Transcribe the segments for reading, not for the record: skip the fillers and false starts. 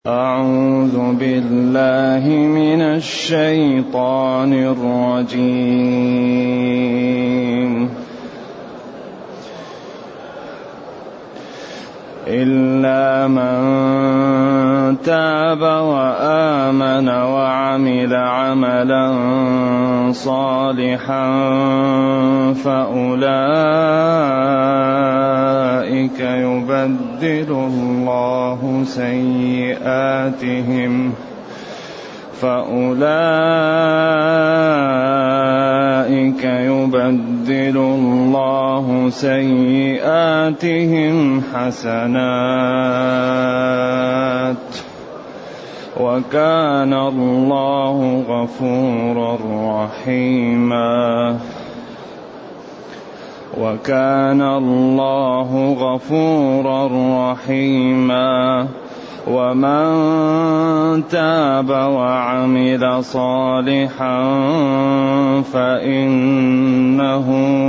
أعوذ بالله من الشيطان الرجيم. إلا من تاب وآمن وعمل عملا صالحا فأولئك يبدل الله سيئاتهم حسنات وكان الله غفورا رحيما. ومن تاب وعمل صالحا فإنه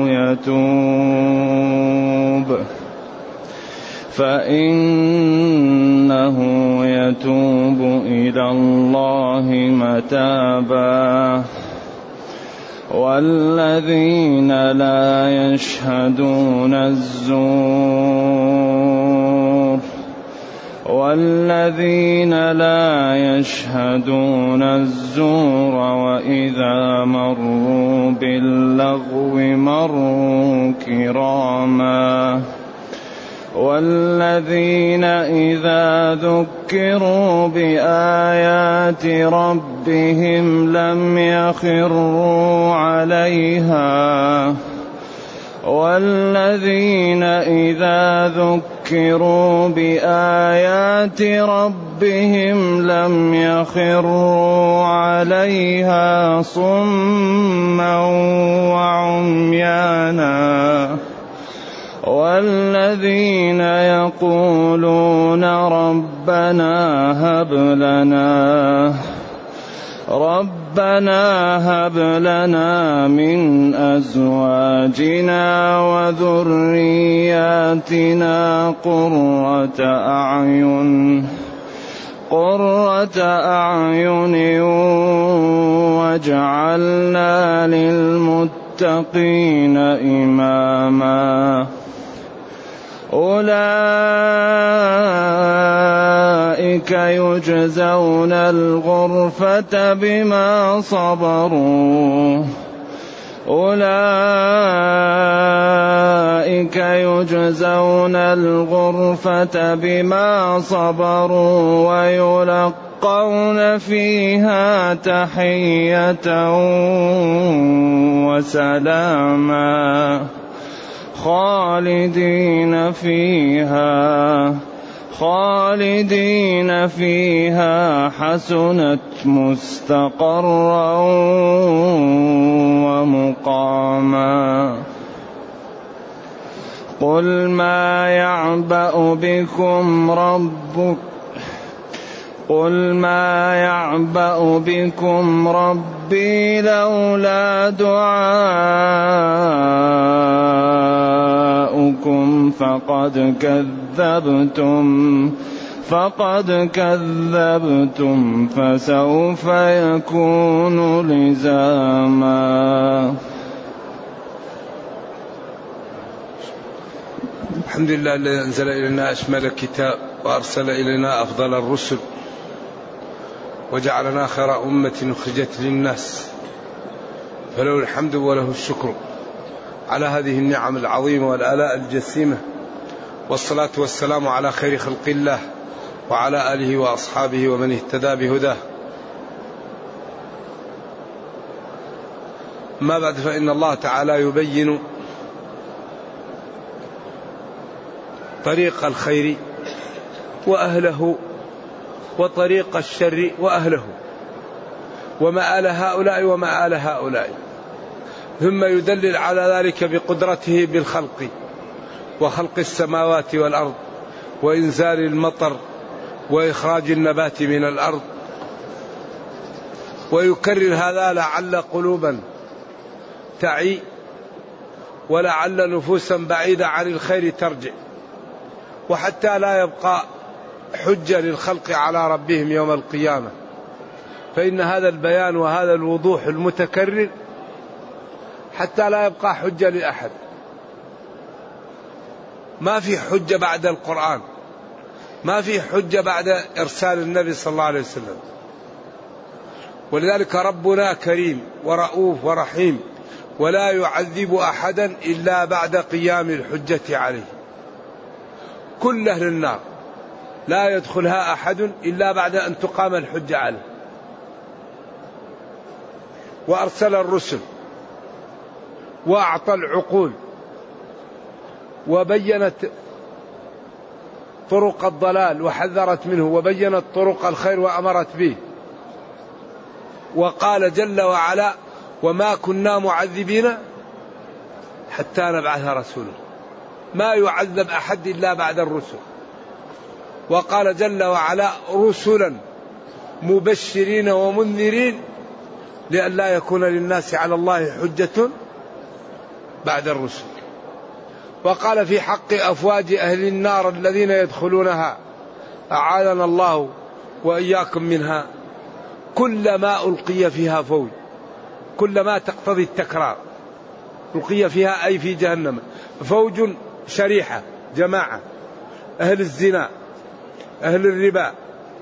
يتوب إلى الله متابا. والذين لا يشهدون الزور وإذا مروا باللغو مروا كراما. والذين إذا ذكروا بآيات ربهم لم يخروا عليها صما وعميانا. والذين يقولون ربنا هب لنا من أزواجنا وذرياتنا قرة أعين واجعلنا للمتقين إماما. أولئك يجزون الغرفة بما صبروا ويلقون فيها تحية وسلاما خالدين فيها حسنت مستقرا ومقاما. قل ما يعبأ بكم ربي لولا دعاؤكم فقد كذبتم فسوف يكون لزاما. الحمد لله الذي أنزل إلينا أشمل الكتاب وأرسل إلينا أفضل الرسل وجعلنا خير أمة أخرجت للناس، فله الحمد وله الشكر على هذه النعم العظيمة والآلاء الجسيمة. والصلاة والسلام على خير خلق الله وعلى آله وأصحابه ومن اهتدى بهداه. ما بعد، فإن الله تعالى يبين طريق الخير وأهله وطريق الشر وأهله ومآل هؤلاء ومآل هؤلاء، ثم يدلل على ذلك بقدرته بالخلق وخلق السماوات والأرض وإنزال المطر وإخراج النبات من الأرض، ويكرر هذا لعل قلوبا تعي ولعل نفوسا بعيدة عن الخير ترجع، وحتى لا يبقى حجة للخلق على ربهم يوم القيامة. فإن هذا البيان وهذا الوضوح المتكرر حتى لا يبقى حجة لأحد. ما في حجة بعد القرآن، ما في حجة بعد إرسال النبي صلى الله عليه وسلم. ولذلك ربنا كريم ورؤوف ورحيم، ولا يعذب أحدا إلا بعد قيام الحجة عليه. كل أهل النار لا يدخلها أحد إلا بعد أن تقام الحجة عليه. وأرسل الرسل وأعطى العقول وبينت طرق الضلال وحذرت منه، وبينت طرق الخير وأمرت به. وقال جل وعلا: وما كنا معذبين حتى نبعث رسولا. ما يعذب أحد إلا بعد الرسل. وقال جل وعلا: رسلا مبشرين ومنذرين لئلا يكون للناس على الله حجة بعد الرسل. وقال في حق أفواج أهل النار الذين يدخلونها: أعاذنا الله وإياكم منها، كلما ألقي فيها فوج، كلما تقتضي التكرار، ألقي فيها أي في جهنم فوج، شريحة، جماعة، أهل الزنا، أهل الربا،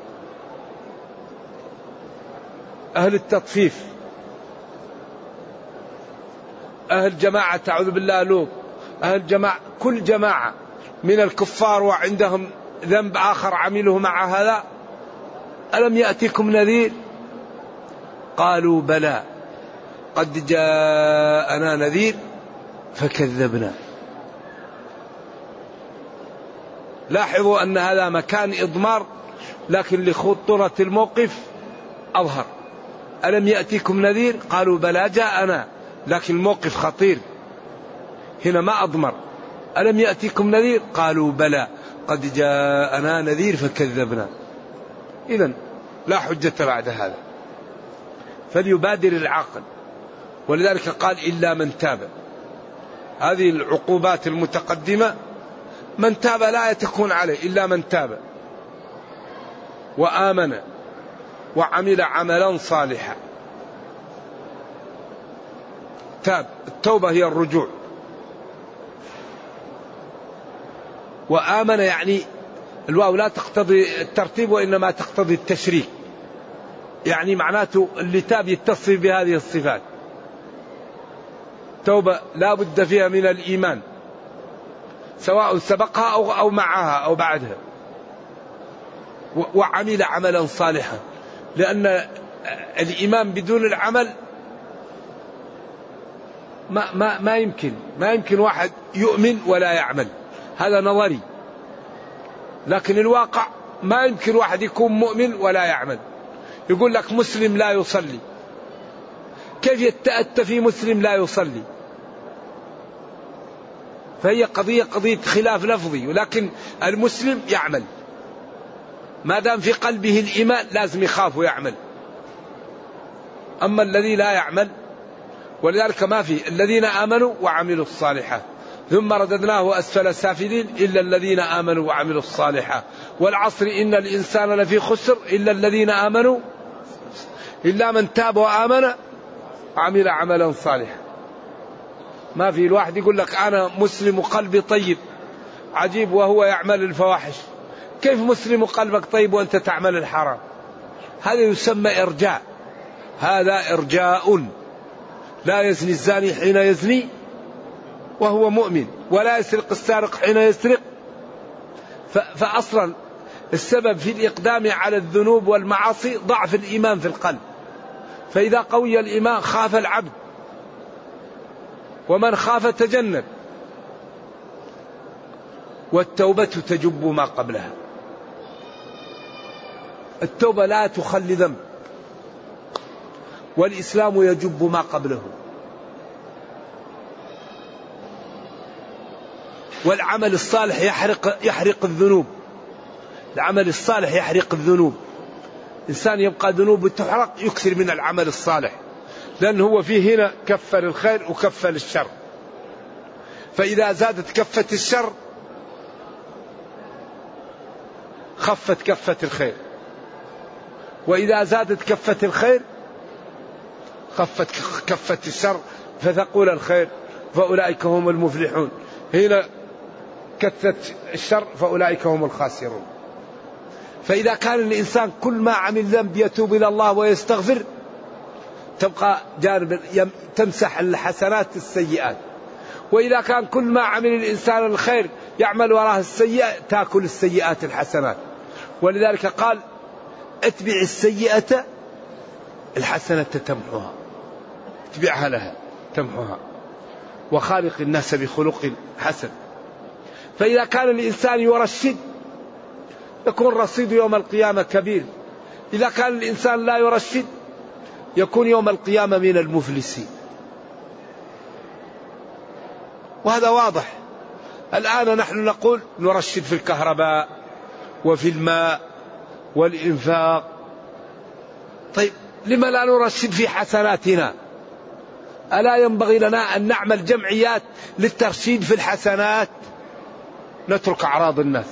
أهل التطفيف، أهل جماعة تعوذ بالله لوط، أهل جماعة، كل جماعة من الكفار وعندهم ذنب آخر عمله مع هذا. ألم يأتكم نذير؟ قالوا بلى قد جاءنا نذير فكذبنا. لاحظوا أن هذا مكان إضمار، لكن لخطورة الموقف أظهر. ألم يأتكم نذير؟ قالوا بلى جاءنا، لكن الموقف خطير هنا ما أضمر. ألم يأتكم نذير؟ قالوا بلى قد جاءنا نذير فكذبنا. إذن لا حجة بعد هذا، فليبادر العاقل. ولذلك قال: إلا من تاب. هذه العقوبات المتقدمة من تاب لا تكون عليه، إلا من تاب وآمن وعمل عملا صالحا. تاب، التوبة هي الرجوع. وآمن يعني الواو لا تقتضي الترتيب وإنما تقتضي التشريك، يعني معناته اللي تاب يتصف بهذه الصفات. توبة لا بد فيها من الإيمان، سواء سبقها أو معها أو بعدها. وعمل عملا صالحا، لأن الإيمان بدون العمل ما يمكن واحد يؤمن ولا يعمل، هذا نظري. لكن الواقع ما يمكن واحد يكون مؤمن ولا يعمل. يقول لك مسلم لا يصلي، كيف يتأتى في مسلم لا يصلي؟ فهي قضية خلاف لفظي، ولكن المسلم يعمل ما دام في قلبه الإيمان، لازم يخاف ويعمل. أما الذي لا يعمل، ولذلك ما في الذين آمنوا وعملوا الصالحات ثم رددناه أسفل سافلين إلا الذين آمنوا وعملوا الصالحات والعصر إن الإنسان لفي خسر إلا الذين آمنوا إلا من تاب وآمن وعمل عملا صالحا. ما في الواحد يقول لك أنا مسلم وقلبي طيب، عجيب، وهو يعمل الفواحش. كيف مسلم وقلبك طيب وأنت تعمل الحرام؟ هذا يسمى إرجاء، هذا إرجاء. لا يزني الزاني حين يزني وهو مؤمن، ولا يسرق السارق حين يسرق. فأصلا السبب في الإقدام على الذنوب والمعاصي ضعف الإيمان في القلب. فإذا قوي الإيمان خاف العبد، ومن خاف تجنب. والتوبة تجب ما قبلها. التوبة لا تخلي ذنب، والإسلام يجب ما قبله. والعمل الصالح يحرق الذنوب. العمل الصالح يحرق الذنوب. إنسان يبقى ذنوب تحرق يكثر من العمل الصالح، لأنه هو فيه هنا كفة للخير وكفة للشر. فإذا زادت كفة الشر خفت كفة الخير، وإذا زادت كفة الخير خفت كفة الشر فتقول الخير فأولئك هم المفلحون. هنا كثت الشر فأولئك هم الخاسرون. فإذا كان الإنسان كل ما عمل ذنب يتوب إلى الله ويستغفر تبقى جانب تمسح الحسنات السيئات، وإذا كان كل ما عمل الإنسان الخير يعمل وراءه السيئة تأكل السيئات الحسنات. ولذلك قال اتبع السيئة الحسنة تمحوها، اتبعها لها تمحوها، وخالق الناس بخلق حسن. فإذا كان الإنسان يرشد يكون رصيد يوم القيامة كبير، إذا كان الإنسان لا يرشد يكون يوم القيامة من المفلسين. وهذا واضح. الآن نحن نقول نرشد في الكهرباء وفي الماء والإنفاق، طيب لما لا نرشد في حسناتنا؟ ألا ينبغي لنا أن نعمل جمعيات للترشيد في الحسنات؟ نترك أعراض الناس،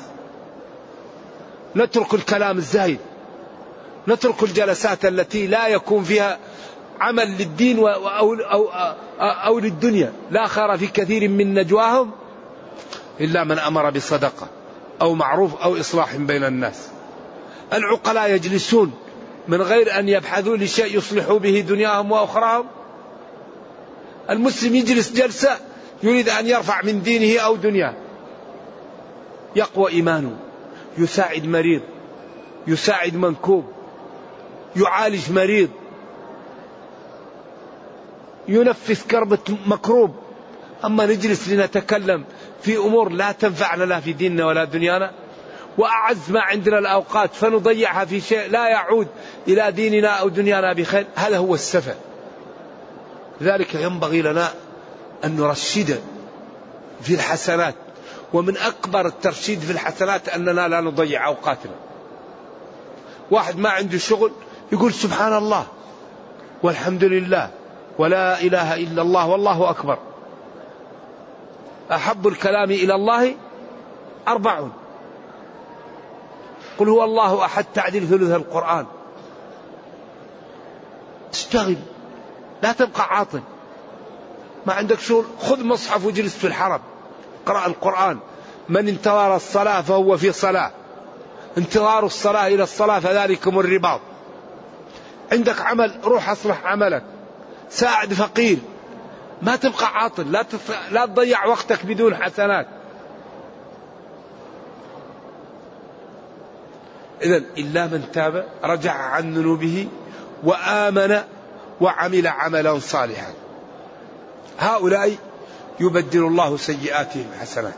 نترك الكلام الزايد، نترك الجلسات التي لا يكون فيها عمل للدين أو للدنيا. لا خير في كثير من نجواهم إلا من أمر بصدقة أو معروف أو إصلاح بين الناس. العقلاء يجلسون من غير أن يبحثوا لشيء يصلحوا به دنياهم وأخراهم. المسلم يجلس جلسة يريد أن يرفع من دينه أو دنياه، يقوى إيمانه، يساعد مريض، يساعد منكوب، يعالج مريض، ينفس كربة مكروب. أما نجلس لنتكلم في أمور لا تنفعنا لا في ديننا ولا دنيانا، وأعز ما عندنا الأوقات فنضيعها في شيء لا يعود إلى ديننا أو دنيانا بخير، هذا هو السفه. لذلك ينبغي لنا أن نرشد في الحسنات، ومن أكبر الترشيد في الحسنات أننا لا نضيع أوقاتنا. واحد ما عنده شغل يقول سبحان الله والحمد لله ولا إله إلا الله والله أكبر. أحب الكلام إلى الله 4: قل هو الله أحد تعديل ثلث القرآن. تشتغل لا تبقى عاطل، ما عندك شغل خذ مصحف وجلس في الحرم اقرأ القرآن. من انتظر الصلاة فهو في صلاة، انتظار الصلاة إلى الصلاة فذلكم الرباط. عندك عمل روح أصلح عملك، ساعد فقير، ما تبقى عاطل، لا تضيع وقتك بدون حسنات. إذن إلا من تاب رجع عن ذنوبه وآمن وعمل عملا صالحا هؤلاء يبدل الله سيئاتهم حسنات.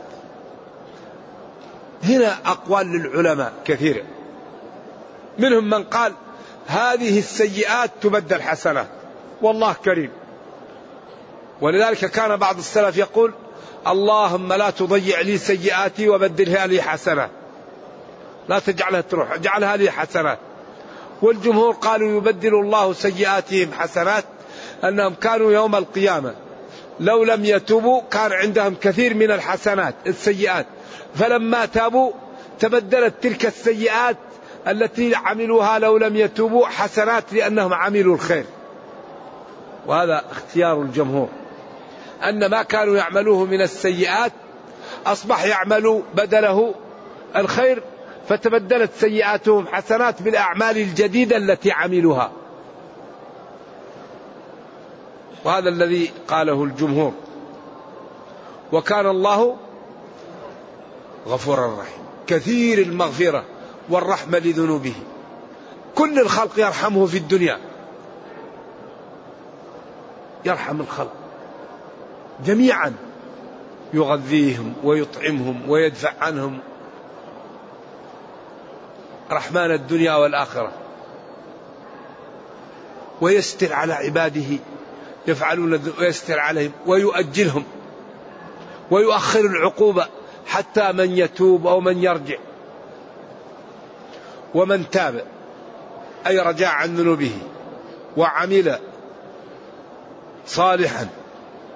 هنا أقوال للعلماء كثيرة، منهم من قال هذه السيئات تبدل حسنات والله كريم. ولذلك كان بعض السلف يقول اللهم لا تضيع لي سيئاتي وبدلها لي حسنات، لا تجعلها تروح اجعلها لي حسنات. والجمهور قالوا يبدل الله سيئاتهم حسنات، أنهم كانوا يوم القيامة لو لم يتوبوا كان عندهم كثير من الحسنات السيئات، فلما تابوا تبدلت تلك السيئات التي عملوها لو لم يتوبوا حسنات لأنهم عملوا الخير. وهذا اختيار الجمهور، أن ما كانوا يعملوه من السيئات أصبح يعملوا بدله الخير، فتبدلت سيئاتهم حسنات بالأعمال الجديدة التي عملوها. وهذا الذي قاله الجمهور. وكان الله غفورا رحيما كثير المغفرة والرحمة لذنوبه. كل الخلق يرحمه في الدنيا، يرحم الخلق جميعا، يغذيهم ويطعمهم ويدفع عنهم، رحمن الدنيا والآخرة. ويستر على عباده يفعلون ويستر عليهم ويؤجلهم ويؤخر العقوبة حتى من يتوب أو من يرجع. ومن تاب أي رجع عن ذنوبه وعمل صالحا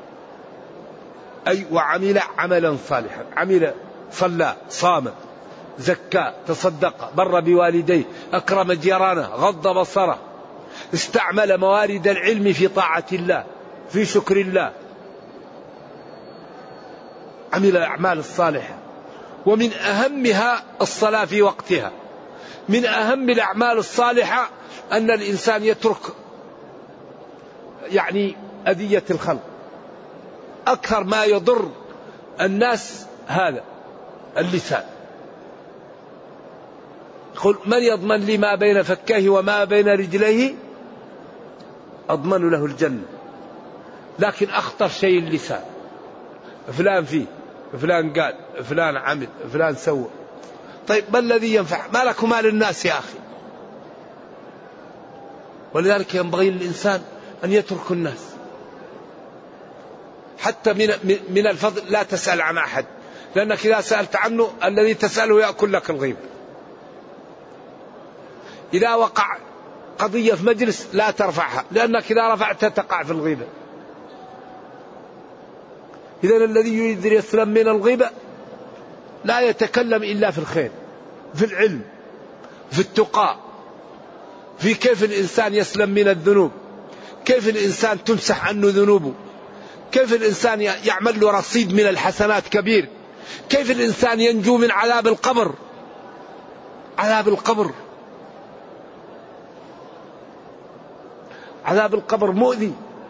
أي وعمل عملا صالحا، عمل صلى صام زكى، تصدق، بر بوالديه، أكرم جيرانه، غض بصره، استعمل موارد العلم في طاعة الله، في شكر الله، عمل الأعمال الصالحة. ومن أهمها الصلاة في وقتها. من أهم الأعمال الصالحة أن الإنسان يترك أذية الخلق. أكثر ما يضر الناس هذا اللسان. قل من يضمن لي ما بين فكيه وما بين رجليه أضمن له الجنة. لكن أخطر شيء اللسان. فلان فيه، فلان قال، فلان عمل، فلان سوى. طيب ما الذي ينفع؟ ما لك وما للناس يا أخي. ولذلك ينبغي للإنسان أن يترك الناس. حتى من الفضل لا تسأل عن أحد، لأنك إذا سألت عنه الذي تسأله يأكل لك الغيبة. إذا وقع قضية في مجلس لا ترفعها، لأنك إذا رفعتها تقع في الغيبة. إذن الذي يريد يسلم من الغيبة لا يتكلم إلا في الخير، في العلم، في التقى، في كيف الإنسان يسلم من الذنوب، كيف الإنسان تمسح عنه ذنوبه، كيف الإنسان يعمل له رصيد من الحسنات كبير، كيف الإنسان ينجو من عذاب القبر. عذاب القبر، عذاب القبر مؤذي.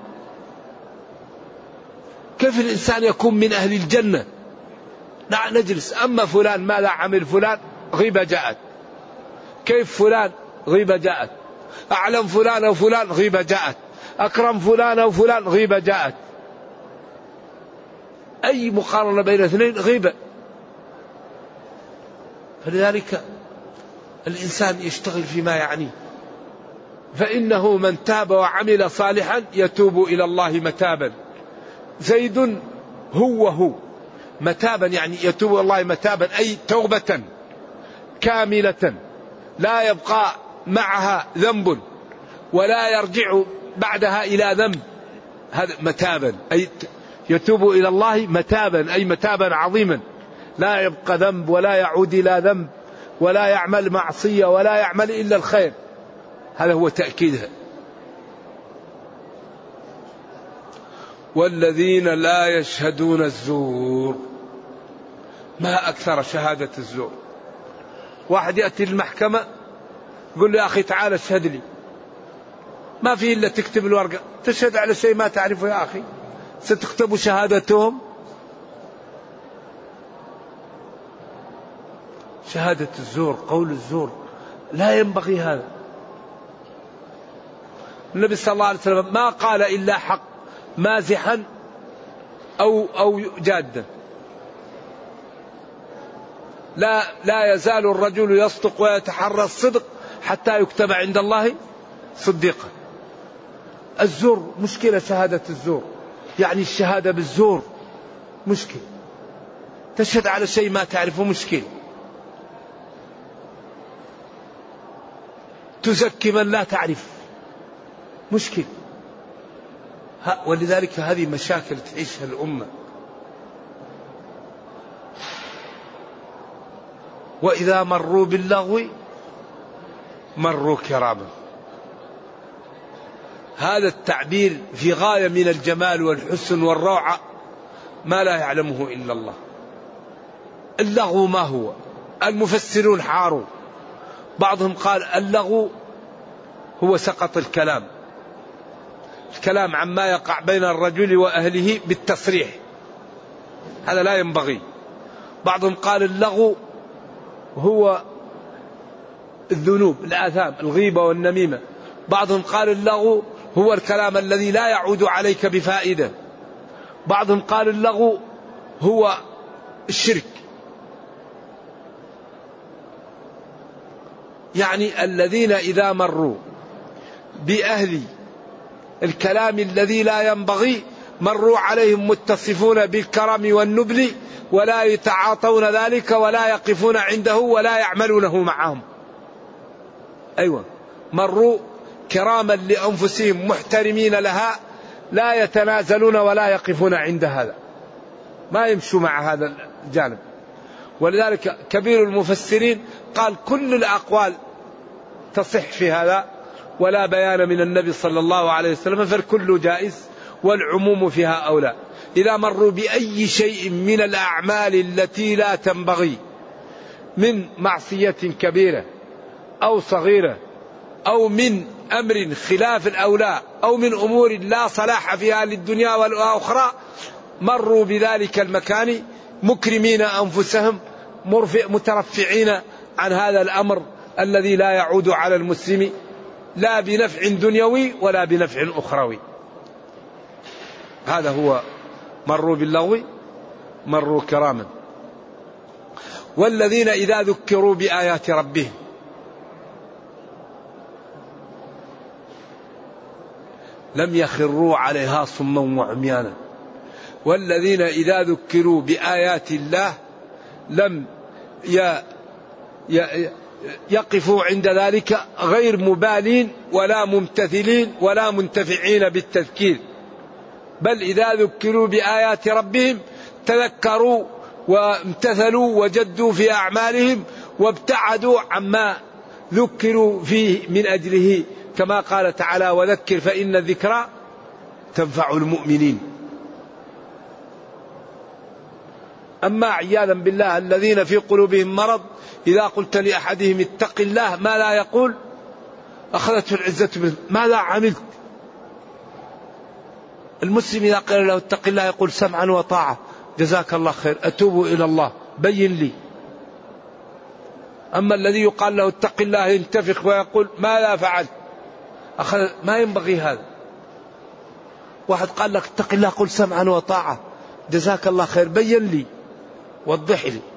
كيف الإنسان يكون من أهل الجنة؟ نجلس أما فلان ماذا عمل فلان، غيبة جاءت. كيف فلان، غيبة جاءت. أعلم فلان أو فلان، غيبة جاءت. أكرم فلان أو فلان، غيبة جاءت. أي مقارنة بين اثنين غيبة. فلذلك الإنسان يشتغل فيما يعنيه. فإنه من تاب وعمل صالحا يتوب إلى الله متابا. زيد هو متابا، يعني يتوب إلى الله متابا، أي توبة كاملة لا يبقى معها ذنب ولا يرجع بعدها إلى ذنب. هذا متابا، أي يتوب إلى الله متابا، أي متابا عظيما، لا يبقى ذنب ولا يعود إلى ذنب ولا يعمل معصية ولا يعمل إلا الخير. هذا هو تأكيدها. والذين لا يشهدون الزور. ما أكثر شهادة الزور. واحد يأتي المحكمة يقول له يا أخي تعال اشهد لي، ما في إلا تكتب الورقة، تشهد على شيء ما تعرفه يا أخي، ستكتب شهادتهم. شهادة الزور، قول الزور، لا ينبغي هذا. النبي صلى الله عليه وسلم ما قال إلا حق، مازحا أو جادا. لا يزال الرجل يصدق ويتحرى الصدق حتى يكتب عند الله صديقا. الزور مشكلة، شهادة الزور يعني الشهادة بالزور مشكلة. تشهد على شيء ما تعرفه مشكلة. تزكي من لا تعرف مشكلة. ولذلك هذه مشاكل تعيشها الأمة. وإذا مروا باللغو مروا كراما. هذا التعبير في غاية من الجمال والحسن والروعة ما لا يعلمه إلا الله. اللغو ما هو؟ المفسرون حاروا. بعضهم قال اللغو هو سقط الكلام، الكلام عما يقع بين الرجل وأهله بالتصريح، هذا لا ينبغي. بعضهم قال اللغو هو الذنوب، الآثام، الغيبة والنميمة. بعضهم قال اللغو هو الكلام الذي لا يعود عليك بفائدة. بعضهم قال اللغو هو الشرك. يعني الذين إذا مروا بأهل الكلام الذي لا ينبغي مروا عليهم متصفون بالكرم والنبل ولا يتعاطون ذلك ولا يقفون عنده ولا يعملونه معهم. أيوة، مروا كراما لأنفسهم محترمين لها، لا يتنازلون ولا يقفون عند هذا، ما يمشوا مع هذا الجانب. ولذلك كبير المفسرين قال كل الأقوال تصح في هذا ولا بيان من النبي صلى الله عليه وسلم فالكل جائز والعموم فيها أولى. إذا مروا بأي شيء من الأعمال التي لا تنبغي من معصية كبيرة أو صغيرة أو من أمر خلاف الأولى أو من أمور لا صلاح فيها للدنيا والأخرى، مروا بذلك المكان مكرمين أنفسهم مترفعين عن هذا الأمر الذي لا يعود على المسلم لا بنفع دنيوي ولا بنفع أخروي. هذا هو مروا باللغو مروا كراما. والذين إذا ذكروا بآيات ربهم لم يخروا عليها صما وعميانا. والذين إذا ذكروا بآيات الله لم يقفوا عند ذلك غير مبالين ولا ممتثلين ولا منتفعين بالتذكير، بل إذا ذكروا بآيات ربهم تذكروا وامتثلوا وجدوا في أعمالهم وابتعدوا عما ذكروا فيه من أجله، كما قال تعالى وذكر فإن الذكرى تنفع المؤمنين. أما عياذا بالله الذين في قلوبهم مرض إذا قلت لأحدهم اتق الله ما لا يقول أخذته العزة ماذا عملت. المسلم إذا قال له اتق الله يقول سمعا وطاعة جزاك الله خير أتوب إلى الله بين لي. أما الذي يقال له اتق الله ينتفخ ويقول ماذا فعلت ما ينبغي هذا. واحد قال لك اتق الله قل سمعا وطاعة جزاك الله خير بين لي وضح لي.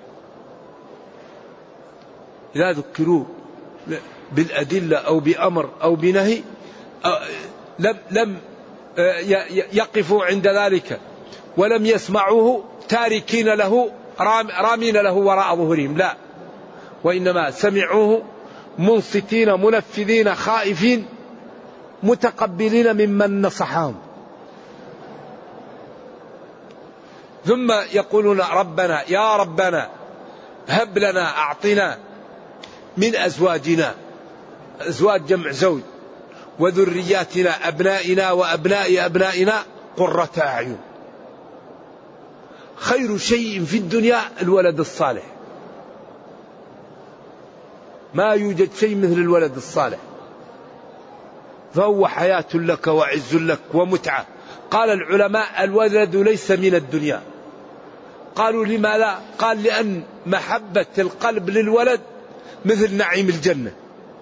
إذا ذكروا بالأدلة أو بأمر أو بنهي لم يقفوا عند ذلك ولم يسمعوه تاركين له رامين له وراء ظهورهم، لا، وإنما سمعوه منصتين منفذين خائفين متقبلين ممن نصحهم. ثم يقولون ربنا يا ربنا هب لنا أعطنا من أزواجنا، أزواج جمع زوج، وذرياتنا أبنائنا وأبناء أبنائنا قرة أعين. خير شيء في الدنيا الولد الصالح، ما يوجد شيء مثل الولد الصالح، فهو حياة لك وعز لك ومتعة. قال العلماء الولد ليس من الدنيا. قالوا لماذا؟ قال لأن محبة القلب للولد مثل نعيم الجنة.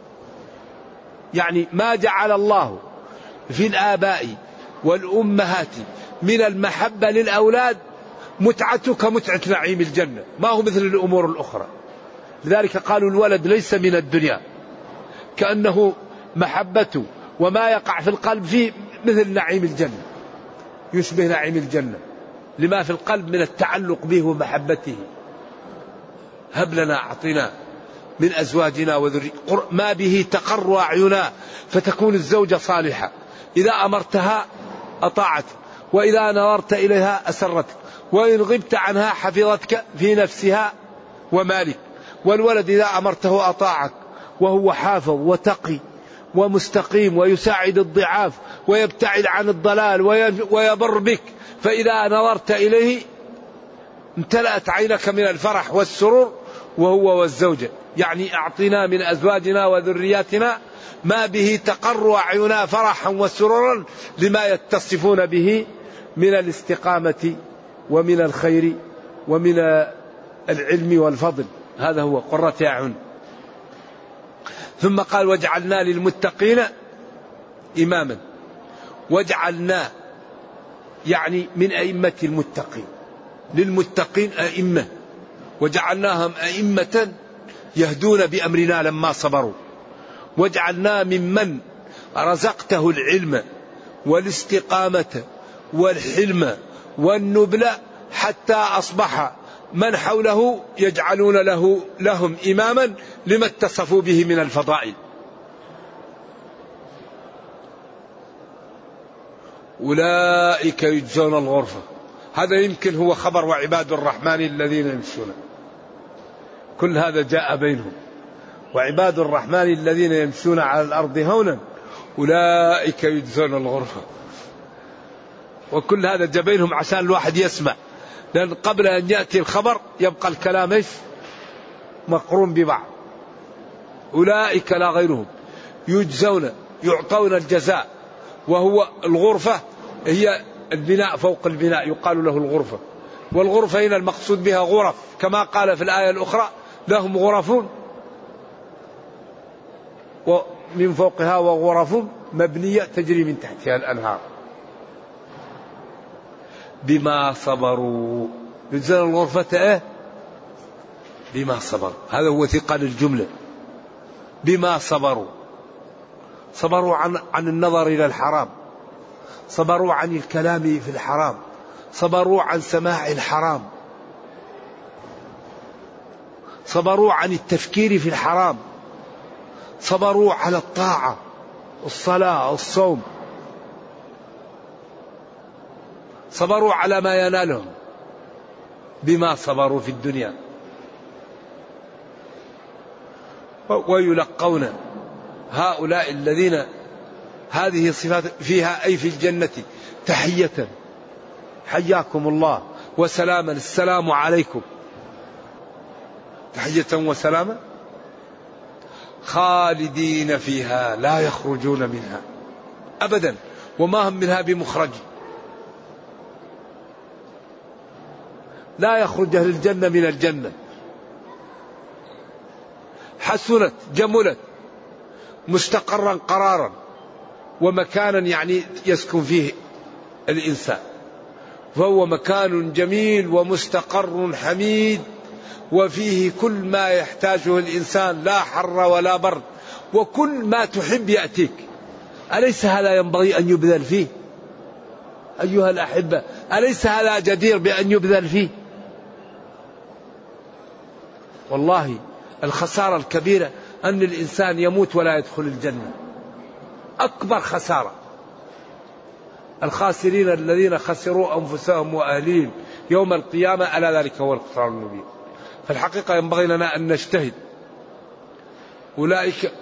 يعني ما جعل الله في الآباء والأمهات من المحبة للأولاد متعته كمتعة نعيم الجنة، ما هو مثل الأمور الأخرى. لذلك قالوا الولد ليس من الدنيا، كأنه محبته وما يقع في القلب فيه مثل نعيم الجنة، يشبه نعيم الجنة لما في القلب من التعلق به ومحبته. هب لنا أعطنا من أزواجنا وذرياتنا ما به تقر أعينا، فتكون الزوجة صالحة إذا أمرتها أطاعتك وإذا نظرت إليها أسرتك وإن غبت عنها حفظتك في نفسها ومالك. والولد إذا أمرته أطاعك وهو حافظ وتقي ومستقيم ويساعد الضعاف ويبتعد عن الضلال ويبر بك، فإذا نظرت إليه امتلأت عينك من الفرح والسرور وهو والزوجة. يعني أعطنا من أزواجنا وذرياتنا ما به تقر أعينا فرحا وسرورا لما يتصفون به من الاستقامة ومن الخير ومن العلم والفضل. هذا هو قرة أعين. ثم قال وجعلنا للمتقين إماما. وجعلنا يعني من أئمة المتقين، للمتقين أئمة، وجعلناهم أئمة يهدون بأمرنا لما صبروا. وجعلنا ممن رزقته العلم والاستقامة والحلم والنبل حتى أصبح من حوله يجعلون لهم إماما لما اتصفوا به من الفضائل. أولئك يجزون الغرفة. هذا يمكن هو خبر وعباد الرحمن الذين يمشون. كل هذا جاء بينهم. وعباد الرحمن الذين يمشون على الأرض هونا أولئك يجزون الغرفة. وكل هذا جاء بينهم عشان الواحد يسمع، لأن قبل أن يأتي الخبر يبقى الكلام إيش؟ مقرون ببعض. أولئك لا غيرهم يجزون، يعطون الجزاء، وهو الغرفة هي البناء فوق البناء، يقال له الغرفة. والغرفة هنا المقصود بها غرف، كما قال في الآية الأخرى لهم غرف ومن فوقها وغرف مبنية تجري من تحتها الأنهار بما صبروا. يجزون الغرفة بما صبروا، هذا هو ثقل الجملة. بما صبروا، صبروا عن النظر إلى الحرام، صبروا عن الكلام في الحرام، صبروا عن سماع الحرام، صبروا عن التفكير في الحرام، صبروا على الطاعة، الصلاة، الصوم، صبروا على ما ينالهم بما صبروا في الدنيا. ويلقون هؤلاء الذين هذه صفات فيها أي في الجنة تحية، حياكم الله وسلاما، السلام عليكم، تحية وسلاما، خالدين فيها لا يخرجون منها أبدا وما هم منها بمخرج. لا يخرج أهل الجنة من الجنة. حسنت، جملت، مستقرا قرارا، ومكانا يعني يسكن فيه الإنسان، فهو مكان جميل ومستقر حميد، وفيه كل ما يحتاجه الإنسان، لا حر ولا برد، وكل ما تحب يأتيك. أليس هذا ينبغي أن يبذل فيه أيها الأحبة؟ أليس هذا جدير بأن يبذل فيه؟ والله الخسارة الكبيرة أن الإنسان يموت ولا يدخل الجنة، أكبر خسارة. الخاسرين الذين خسروا أنفسهم وأهليهم يوم القيامة، ألا ذلك هو الخسران المبين. فالحقيقة ينبغي لنا أن نجتهد. أولئك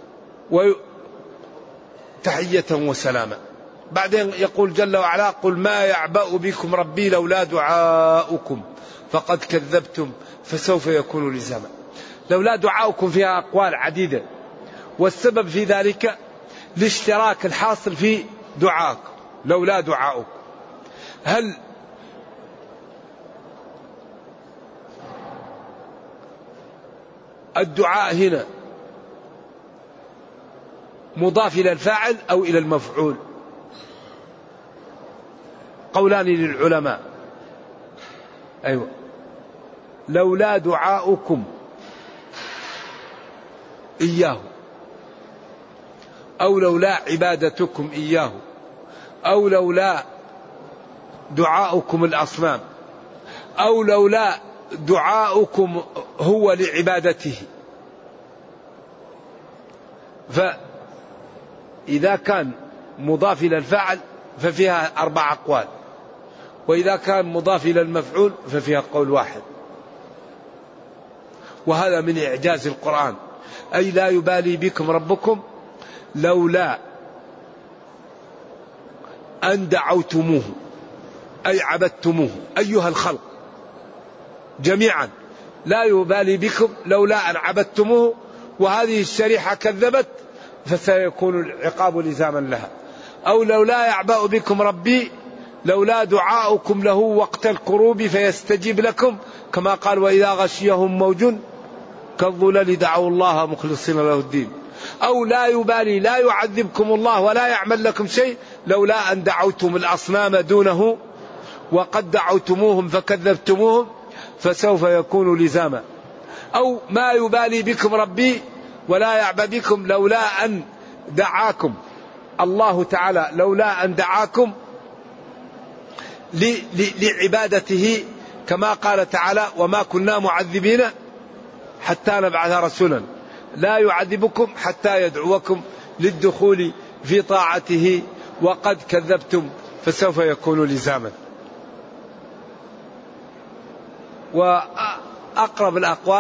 تحية وسلاما. بعدين يقول جل وعلا قل ما يعبأ بكم ربي لولا دعاؤكم فقد كذبتم فسوف يكون لزاما. لولا دعاؤكم فيها أقوال عديدة، والسبب في ذلك الاشتراك الحاصل في دعاءكم. لولا دعاؤكم، هل الدعاء هنا مضاف إلى الفاعل أو إلى المفعول؟ قولان للعلماء. أيوة، لولا دعاؤكم إياه، أو لولا عبادتكم إياه، أو لولا دعاؤكم الأصنام، أو لولا دعاؤكم هو لعبادته. فإذا كان مضاف إلى الفاعل ففيها 4 أقوال، وإذا كان مضاف إلى المفعول ففيها قول واحد. وهذا من إعجاز القرآن. أي لا يبالي بكم ربكم لولا أن دعوتموه، أي عبدتموه أيها الخلق جميعا، لا يبالي بكم لولا أن عبدتموه، وهذه الشريحة كذبت فسيكون العقاب لزاما لها. أو لولا يعبأ بكم ربي لولا دعاؤكم له وقت الكروب فيستجيب لكم، كما قال وإذا غشيهم موج كالظلل دعوا الله مخلصين له الدين. أو لا يبالي لا يعذبكم الله ولا يعمل لكم شيء لولا أن دعوتم الأصنام دونه وقد دعوتموهم فكذبتموهم فسوف يكون لزاما. أو ما يبالي بكم ربي ولا يعبأ بكم لولا أن دعاكم الله تعالى، لولا أن دعاكم لعبادته، كما قال تعالى وما كنا معذبين حتى نبعث رسولا، لا يعذبكم حتى يدعوكم للدخول في طاعته وقد كذبتم فسوف يكون لزاما. وأقرب الأقوال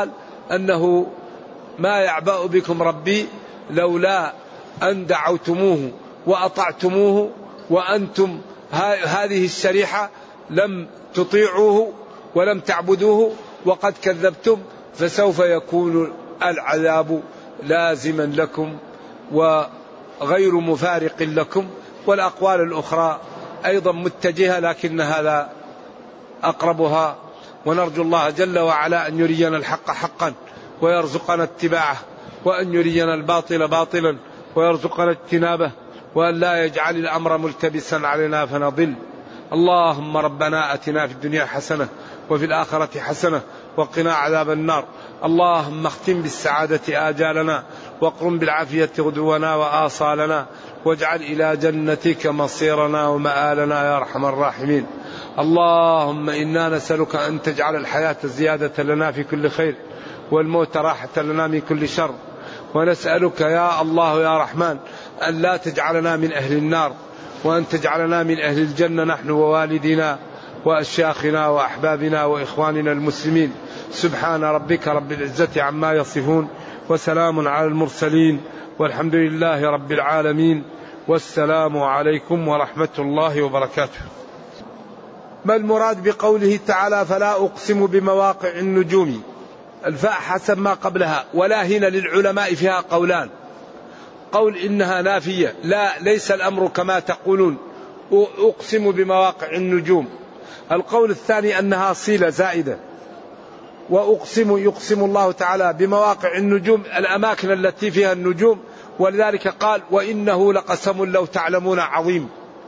أنه ما يعبأ بكم ربي لولا أن دعوتموه وأطعتموه وأنتم هذه الشريحة لم تطيعوه ولم تعبدوه وقد كذبتم، فسوف يكون العذاب لازما لكم وغير مفارق لكم. والأقوال الأخرى أيضا متجهة، لكن هذا أقربها. ونرجو الله جل وعلا أن يرينا الحق حقا ويرزقنا اتباعه، وأن يرينا الباطل باطلا ويرزقنا اجتنابه، وأن لا يجعل الأمر ملتبسا علينا فنضل. اللهم ربنا أتنا في الدنيا حسنة وفي الآخرة حسنة وقنا عذاب النار. اللهم اختم بالسعادة آجالنا واقرم بالعافية غدونا وآصالنا، واجعل إلى جنتك مصيرنا ومآلنا يا أرحم الراحمين. اللهم إنا نسألك أن تجعل الحياة زيادة لنا في كل خير والموت راحة لنا من كل شر، ونسألك يا الله يا رحمن أن لا تجعلنا من أهل النار، وأن تجعلنا من أهل الجنة نحن ووالدنا وأشياخنا وأحبابنا وإخواننا المسلمين. سبحان ربك رب العزة عما يصفون، وسلام على المرسلين، والحمد لله رب العالمين، والسلام عليكم ورحمة الله وبركاته. ما المراد بقوله تعالى فلا أقسم بمواقع النجوم؟ الفاء حسب ما قبلها، ولا هنا للعلماء فيها قولان. قول إنها نافية، لا ليس الأمر كما تقولون أقسم بمواقع النجوم. القول الثاني أنها صلة زائدة، وأقسم يقسم الله تعالى بمواقع النجوم الأماكن التي فيها النجوم، ولذلك قال وإنه لقسم لو تعلمون عظيم،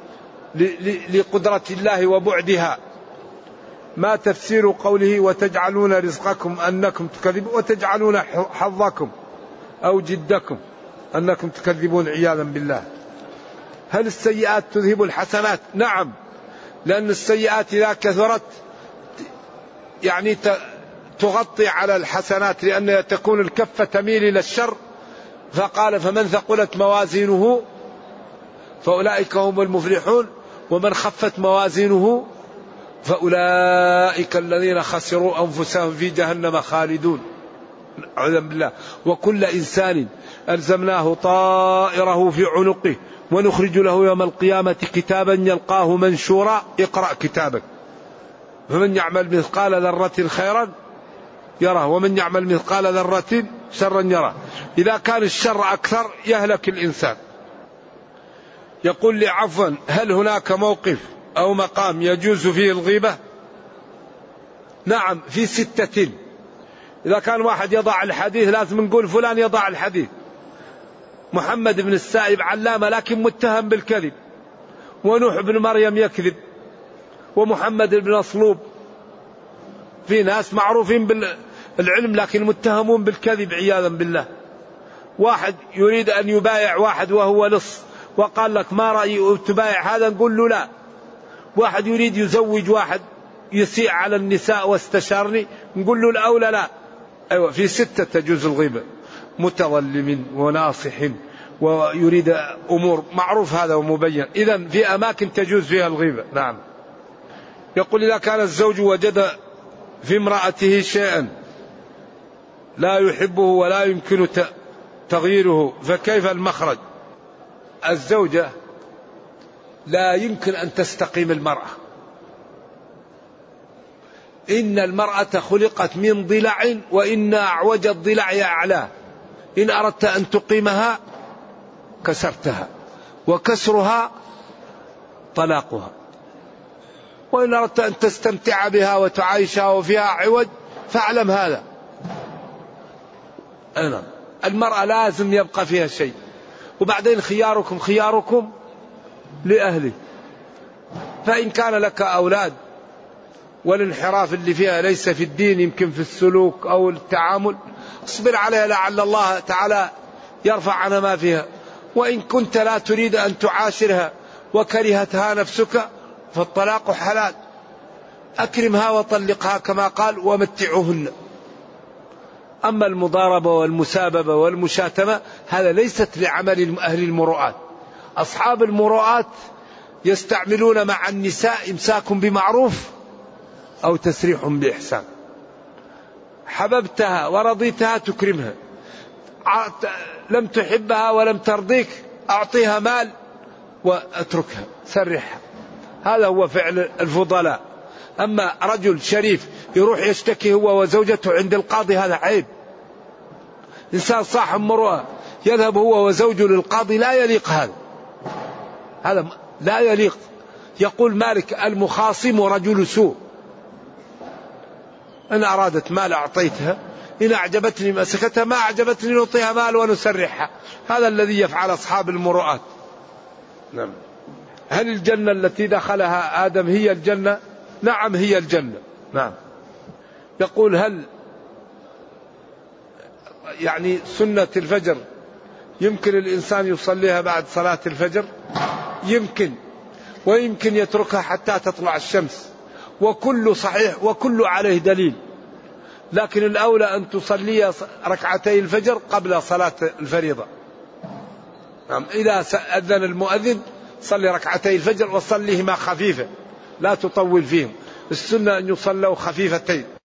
لقدرة الله وبعدها. ما تفسير قوله وتجعلون رزقكم أنكم تكذبون، وتجعلون حظكم أو جدكم أنكم تكذبون عياذا بالله؟ هل السيئات تذهب الحسنات؟ نعم، لأن السيئات إذا كثرت يعني تغطي على الحسنات، لأن تكون الكفة تميل إلى الشر. فقال فمن ثقلت موازينه فأولئك هم المفلحون، ومن خفت موازينه فأولئك الذين خسروا أنفسهم في جهنم خالدون أعوذ بالله. وكل إنسان ألزمناه طائره في عنقه ونخرج له يوم القيامة كتابا يلقاه منشورا اقرأ كتابك فمن يعمل مثقال ذرة خيرا يره ومن يعمل مثقال ذرة شرا يره. إذا كان الشر أكثر يهلك الإنسان. يقول لي عفوا، هل هناك موقف أو مقام يجوز فيه الغيبة؟ نعم، في 6. إذا كان واحد يضع الحديث لازم نقول فلان يضع الحديث. محمد بن السائب علامة لكن متهم بالكذب، ونوح بن مريم يكذب، ومحمد بن أصلوب، في ناس معروفين بالعلم لكن متهمون بالكذب عياذا بالله. واحد يريد أن يبايع واحد وهو لص وقال لك ما رأيي تبايع هذا، نقول له لا. واحد يريد يزوج واحد يسيء على النساء واستشارني، نقول له الأولى لا. أيوة، في 6 تجوز الغيبة: متظلم وناصح ويريد أمور معروف هذا ومبين. إذن في أماكن تجوز فيها الغيبة. نعم. يقول إذا كان الزوج وجد في امرأته شيئا لا يحبه ولا يمكن تغييره فكيف المخرج؟ الزوجة لا يمكن أن تستقيم المرأة. إن المرأة خلقت من ضلع وإن أعوج الضلع أعلاه. إن أردت أن تقيمها كسرتها، وكسرها طلاقها. وإن أردت أن تستمتع بها وتعايشها وفيها عوج فاعلم هذا. أنا المرأة لازم يبقى فيها شيء. وبعدين خياركم لأهله. فإن كان لك أولاد والانحراف اللي فيها ليس في الدين، يمكن في السلوك أو التعامل، اصبر عليها لعل الله تعالى يرفع عنها ما فيها. وإن كنت لا تريد أن تعاشرها وكرهتها نفسك فالطلاق حلال. أكرمها وطلقها كما قال ومتعوهن. أما المضاربة والمساببة والمشاتمة هذا ليست لعمل أهل المروءات. أصحاب المروءات يستعملون مع النساء إمساك بمعروف أو تسريح بإحسان. حببتها ورضيتها تكرمها، لم تحبها ولم ترضيك أعطيها مال واتركها سرحها. هذا هو فعل الفضلاء. أما رجل شريف يروح يشتكي هو وزوجته عند القاضي هذا عيب. إنسان صاحب مروءة يذهب هو وزوجه للقاضي لا يليق هذا لا يليق. يقول مالك المخاصم رجل سوء. إن أرادت مال أعطيتها، إن أعجبتني مسكتها، ما أعجبتني نعطيها مال ونسرحها. هذا الذي يفعل أصحاب المروءات. نعم. هل الجنة التي دخلها آدم هي الجنة؟ نعم هي الجنة. نعم. يقول هل يعني سنة الفجر يمكن الإنسان يصليها بعد صلاة الفجر؟ يمكن، ويمكن يتركها حتى تطلع الشمس، وكل صحيح وكل عليه دليل. لكن الأولى أن تصلي ركعتي الفجر قبل صلاة الفريضة. نعم. إذا أذن المؤذن صلي ركعتي الفجر وصليهما خفيفة لا تطول فيهم. السنة أن يصلوا خفيفتين.